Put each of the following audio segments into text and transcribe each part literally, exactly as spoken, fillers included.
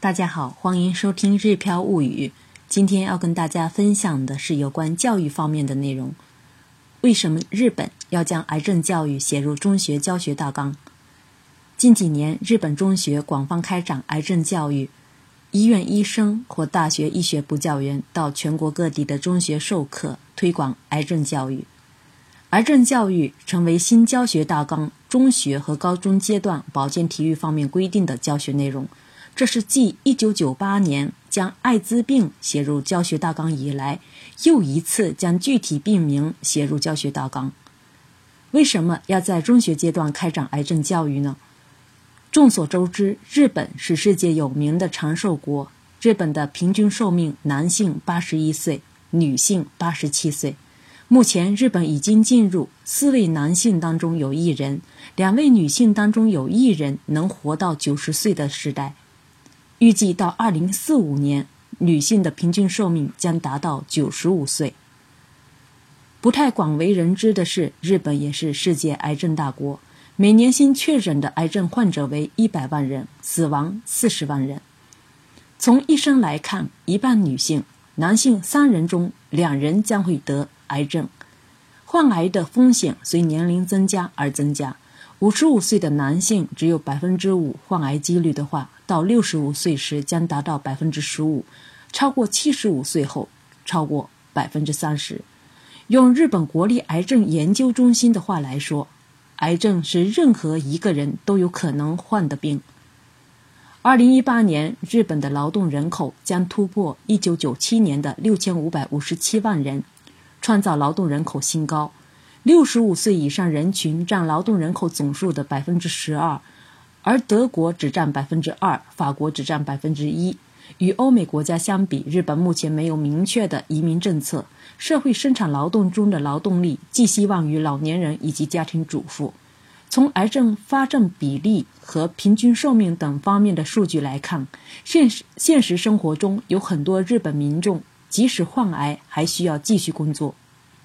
大家好，欢迎收听日飘物语。今天要跟大家分享的是有关教育方面的内容。为什么日本要将癌症教育写入中学教学大纲？近几年，日本中学广泛开展癌症教育，医院医生或大学医学部教员到全国各地的中学授课，推广癌症教育。癌症教育成为新教学大纲中学和高中阶段保健体育方面规定的教学内容。这是继一九九八年将艾滋病写入教学大纲以来，又一次将具体病名写入教学大纲。为什么要在中学阶段开展癌症教育呢？众所周知，日本是世界有名的长寿国，日本的平均寿命男性八十一岁，女性八十七岁。目前日本已经进入四位男性当中有一人，两位女性当中有一人能活到九十岁的时代。预计到二零四五年，女性的平均寿命将达到九十五岁。不太广为人知的是，日本也是世界癌症大国，每年新确诊的癌症患者为一百万人，死亡四十万人。从一生来看，一半女性，男性三人中两人将会得癌症。患癌的风险随年龄增加而增加，五十五岁的男性只有 百分之五 患癌几率的话，到六十五岁时将达到 百分之十五， 超过七十五岁后超过 百分之三十。 用日本国立癌症研究中心的话来说，癌症是任何一个人都有可能患的病。二零一八年，日本的劳动人口将突破一九九七年的六千五百五十七万人，创造劳动人口新高。六十五岁以上人群占劳动人口总数的 百分之十二， 而德国只占 百分之二， 法国只占 百分之一。 与欧美国家相比，日本目前没有明确的移民政策，社会生产劳动中的劳动力寄希望于老年人以及家庭主妇。从癌症发症比例和平均寿命等方面的数据来看，现实现实生活中有很多日本民众即使患癌还需要继续工作。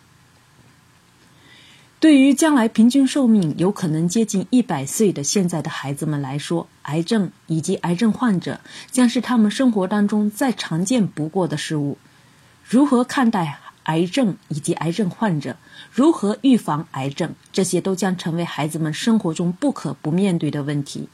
对于将来平均寿命有可能接近一百岁的现在的孩子们来说，癌症以及癌症患者将是他们生活当中再常见不过的事物。如何看待癌症以及癌症患者，如何预防癌症，这些都将成为孩子们生活中不可不面对的问题。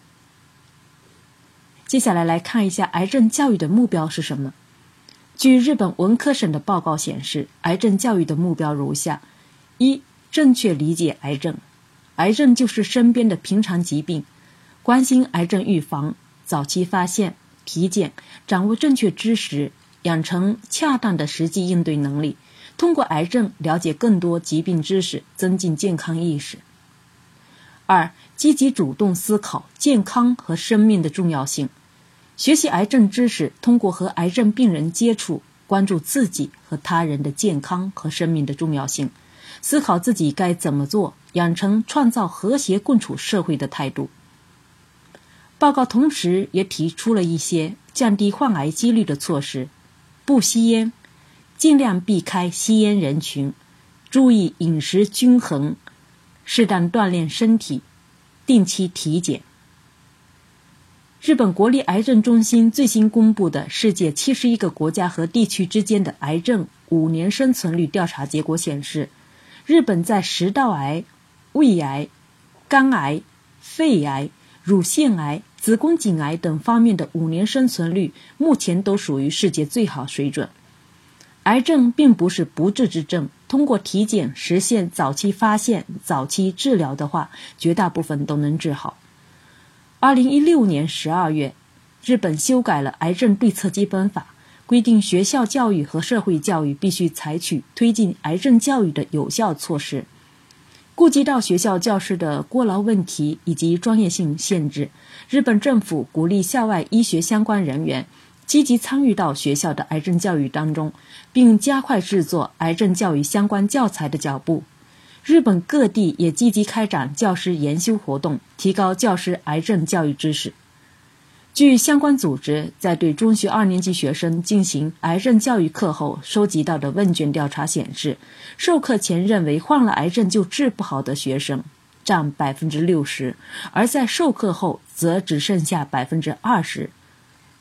接下来来看一下癌症教育的目标是什么。据日本文科省的报告显示，癌症教育的目标如下：一、正确理解癌症。癌症就是身边的平常疾病，关心癌症预防，早期发现、体检，掌握正确知识，养成恰当的实际应对能力，通过癌症了解更多疾病知识，增进健康意识。二、积极主动思考健康和生命的重要性。学习癌症知识，通过和癌症病人接触，关注自己和他人的健康和生命的重要性，思考自己该怎么做，养成创造和谐共处社会的态度。报告同时也提出了一些降低患癌几率的措施：不吸烟，尽量避开吸烟人群，注意饮食均衡，适当锻炼身体，定期体检。日本国立癌症中心最新公布的世界七十一个国家和地区之间的癌症五年生存率调查结果显示，日本在食道癌、胃癌、肝癌、肺癌、乳腺癌、子宫颈癌等方面的五年生存率目前都属于世界最好水准。癌症并不是不治之症，通过体检实现早期发现、早期治疗的话，绝大部分都能治好。二零一六年十二月，日本修改了癌症对策基本法，规定学校教育和社会教育必须采取推进癌症教育的有效措施。顾及到学校教师的过劳问题以及专业性限制，日本政府鼓励校外医学相关人员积极参与到学校的癌症教育当中，并加快制作癌症教育相关教材的脚步。日本各地也积极开展教师研修活动，提高教师癌症教育知识。据相关组织在对中学二年级学生进行癌症教育课后收集到的问卷调查显示，授课前认为患了癌症就治不好的学生占 百分之六十， 而在授课后则只剩下 百分之二十。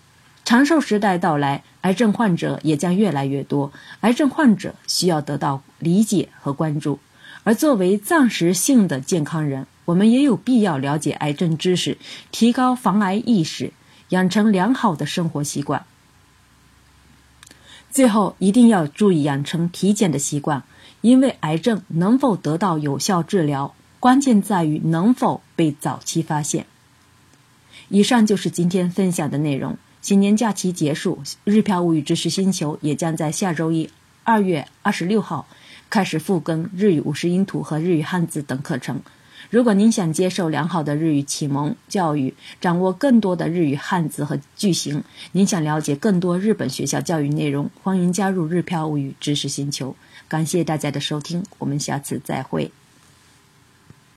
长寿时代到来，癌症患者也将越来越多，癌症患者需要得到理解和关注。而作为暂时性的健康人，我们也有必要了解癌症知识，提高防癌意识，养成良好的生活习惯。最后一定要注意养成体检的习惯，因为癌症能否得到有效治疗，关键在于能否被早期发现。以上就是今天分享的内容。新年假期结束，日漂物语知识星球也将在下周一二月二十六号开始复更日语五十音图和日语汉字等课程。如果您想接受良好的日语启蒙教育，掌握更多的日语汉字和句型，您想了解更多日本学校教育内容，欢迎加入日漂物语知识星球。感谢大家的收听，我们下次再会。